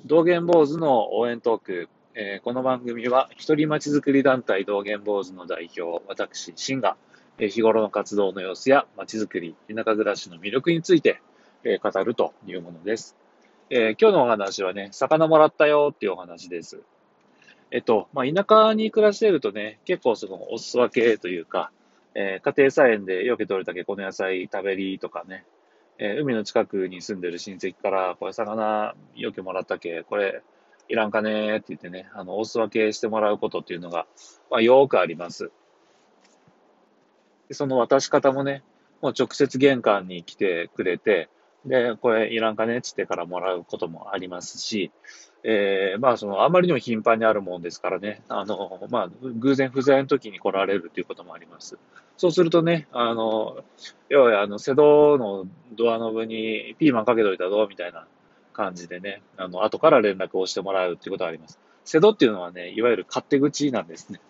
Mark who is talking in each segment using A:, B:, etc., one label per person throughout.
A: 道元坊主の応援トーク。この番組は、一人まちづくり団体道元坊主の代表、私、シンが、日頃の活動の様子やまちづくり、田舎暮らしの魅力について、語るというものです。今日のお話はね、魚もらったよっていうお話です。田舎に暮らしているとね、結構そのお裾分けというか、家庭菜園でよく取れたけこの野菜食べりとかね、海の近くに住んでる親戚から、これ魚よくもらったけ、これいらんかねって言ってね、お裾分けしてもらうことっていうのが、よくあります。で、その渡し方もね、もう直接玄関に来てくれて、で、これいらんかねっつってからもらうこともありますし、あまりにも頻繁にあるもんですからね、偶然不在の時に来られるということもあります。そうするとね、要は、瀬戸のドアノブにピーマンかけといたぞ、みたいな感じでね、後から連絡をしてもらうっていうことがあります。瀬戸っていうのはね、いわゆる勝手口なんですね。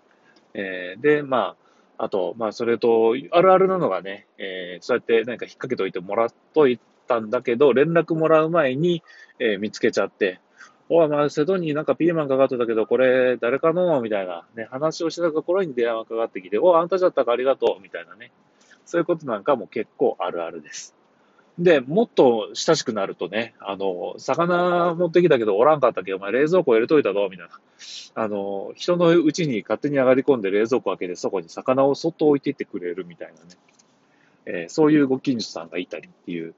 A: それと、あるあるなのがね、そうやって何か引っ掛けといてもらっといたんだけど、連絡もらう前に、見つけちゃって、おい、瀬戸になんかピーマンかかってたけど、これ誰かのみたいなね、話をしてたところに電話がかかってきて、おい、あんたじゃったかありがとうみたいなね、そういうことなんかも結構あるあるです。で、もっと親しくなるとね、魚持ってきたけどおらんかったけど、お前冷蔵庫入れといたぞ、みたいな。人の家に勝手に上がり込んで冷蔵庫開けてそこに魚をそっと置いていってくれるみたいなね、そういうご近所さんがいたりっていう、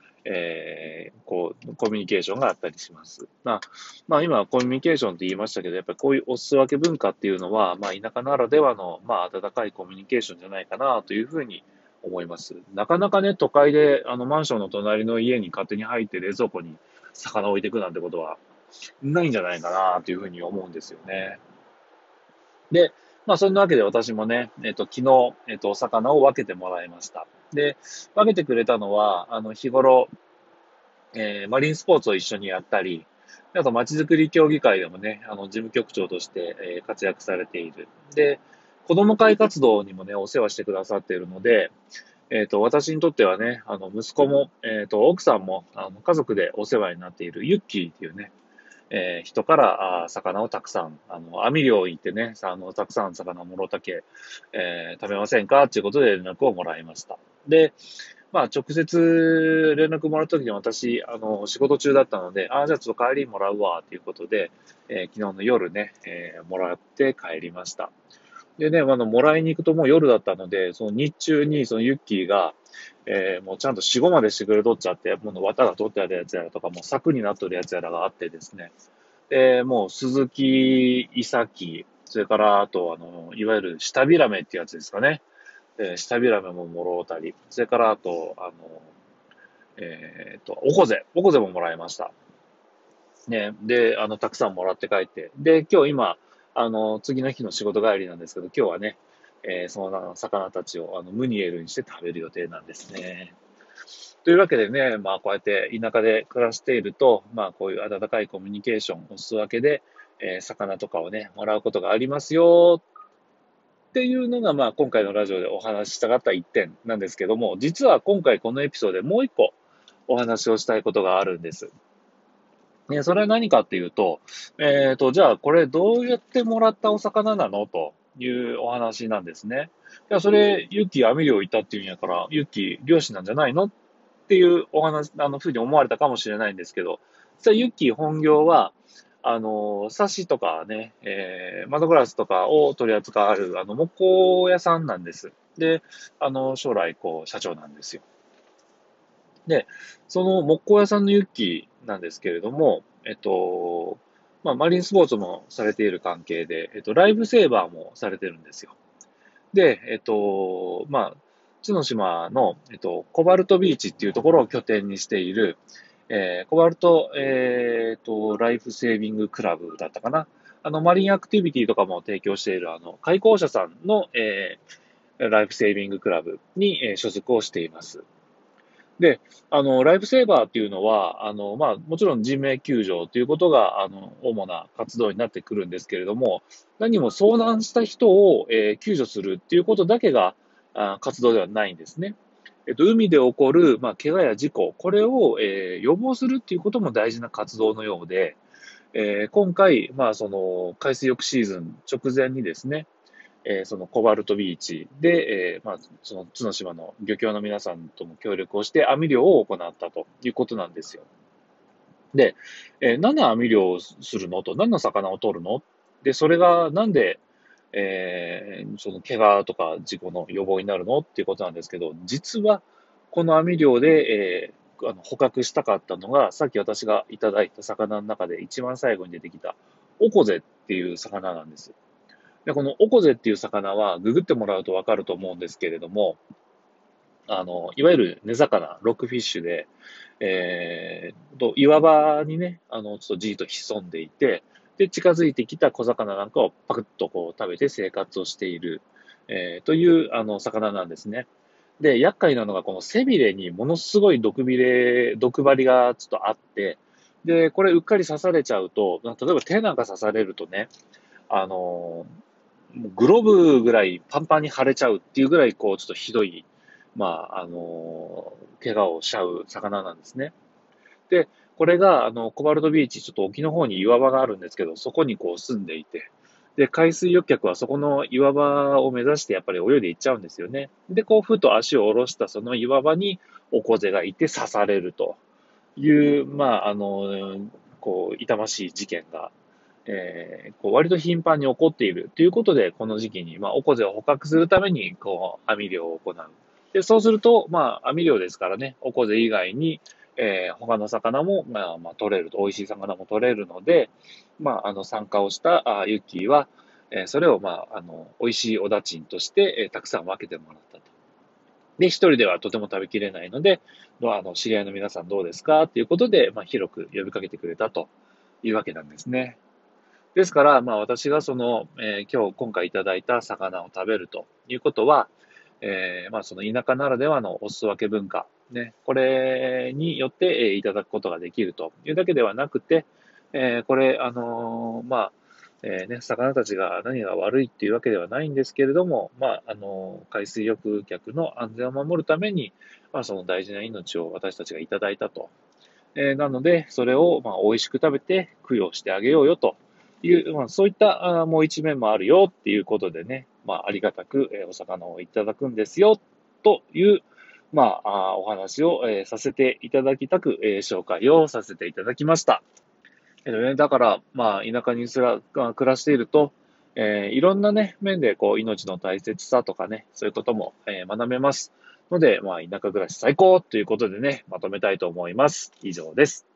A: コミュニケーションがあったりします。今はコミュニケーションって言いましたけど、やっぱりこういうお裾分け文化っていうのは、田舎ならではの、温かいコミュニケーションじゃないかなというふうに思います。なかなかね、都会で、マンションの隣の家に勝手に入って冷蔵庫に魚を置いていくなんてことはないんじゃないかなというふうに思うんですよね。で、そんなわけで私もね、昨日、お魚を分けてもらいました。で、分けてくれたのは、日頃、マリンスポーツを一緒にやったり、あと、まちづくり協議会でもね、事務局長として、活躍されている。で、子ども会活動にもね、お世話してくださっているので、私にとってはね、息子も、奥さんも、家族でお世話になっているユッキーっていうね、人から魚をたくさん、網漁行ってね、たくさん魚をもろたけ、食べませんかっていうことで連絡をもらいました。で、直接連絡もらった時に私、仕事中だったので、じゃあちょっと帰りもらうわ、ということで、昨日の夜ね、もらって帰りました。でね、もらいに行くともう夜だったので、その日中にそのユッキーが、もうちゃんと死後までしてくれとっちゃって、もう綿が取ってあるやつやらとか、もう柵になっとるやつやらがあってですね、もう鈴木、イサキ、それからあと、いわゆる下ビラメってやつですかね。下ビラメももろうたり、それからあと、オコゼももらいました。ね。で、たくさんもらって帰って。で、今日今、次の日の仕事帰りなんですけど、今日はね、その魚たちをムニエルにして食べる予定なんですね。というわけでね、こうやって田舎で暮らしていると、こういう温かいコミュニケーション、お裾分けで、魚とかをね、もらうことがありますよっていうのが、今回のラジオでお話ししたかった一点なんですけども、実は今回このエピソードでもう一個お話をしたいことがあるんです。それは何かっていうと、じゃあこれどうやってもらったお魚なのというお話なんですね。いや、それ、ユッキー網漁行ったっていうんやから、ユッキー漁師なんじゃないのっていうお話、ふうに思われたかもしれないんですけど、実はユッキー本業は、サッシとかね、窓ガラスとかを取り扱う、木工屋さんなんです。で、将来、社長なんですよ。で、その木工屋さんのユッキーなんですけれども、マリンスポーツもされている関係で、ライフセーバーもされてるんですよ。で、角島の、コバルトビーチっていうところを拠点にしている、コバルト、ライフセービングクラブだったかな。マリンアクティビティとかも提供している、開校者さんの、ライフセービングクラブに、所属をしています。で、ライフセーバーっていうのは、もちろん人命救助ということが、主な活動になってくるんですけれども、何も遭難した人を、救助するっていうことだけが、活動ではないんですね。 海で起こる、怪我や事故、これを、予防するっていうことも大事な活動のようで、今回、海水浴シーズン直前にですね、そのコバルトビーチで、その角島の漁協の皆さんとも協力をして網漁を行ったということなんですよ。で、何の網漁をするのと、何の魚を取るので、それがなんで、その怪我とか事故の予防になるのっていうことなんですけど、実はこの網漁で、捕獲したかったのが、さっき私がいただいた魚の中で一番最後に出てきたオコゼっていう魚なんです。で、このオコゼっていう魚はググってもらうとわかると思うんですけれども、いわゆる根魚、ロックフィッシュで、岩場にね、ちょっとじーっと潜んでいて、で、近づいてきた小魚なんかをパクッとこう食べて生活をしている、という、魚なんですね。で、厄介なのがこの背びれにものすごい毒針がちょっとあって、で、これうっかり刺されちゃうと、例えば手なんか刺されるとね、あの、もうグローブぐらいパンパンに腫れちゃうっていうぐらい、こう、ちょっとひどい、怪我をしちゃう魚なんですね。で、これが、コバルトビーチ、ちょっと沖の方に岩場があるんですけど、そこにこう住んでいて、で、海水浴客はそこの岩場を目指してやっぱり泳いでいっちゃうんですよね。で、こう、ふと足を下ろしたその岩場にオコゼがいて刺されるという、こう、痛ましい事件がこう割と頻繁に起こっているということで、この時期に、オコゼを捕獲するために、こう、網漁を行う。で、そうすると、網漁ですからね、オコゼ以外に、他の魚も、取れると、美味しい魚も取れるので、参加をしたユッキーは、それを、美味しいおだちんとして、たくさん分けてもらったと。で、一人ではとても食べきれないので、知り合いの皆さんどうですかということで、広く呼びかけてくれたというわけなんですね。ですから、私がその、今回いただいた魚を食べるということは、その田舎ならではのお裾分け文化、ね、これによって、いただくことができるというだけではなくて、これ、魚たちが何が悪いっていうわけではないんですけれども、海水浴客の安全を守るために、その大事な命を私たちがいただいたと。なので、それを、美味しく食べて供養してあげようよという、そういったもう一面もあるよっていうことでね、ありがたく、お魚をいただくんですよという、お話を、させていただきたく、紹介をさせていただきました。だから、田舎に暮らしていると、いろんなね、面でこう命の大切さとかね、そういうことも、学べます。ので、田舎暮らし最高ということでね、まとめたいと思います。以上です。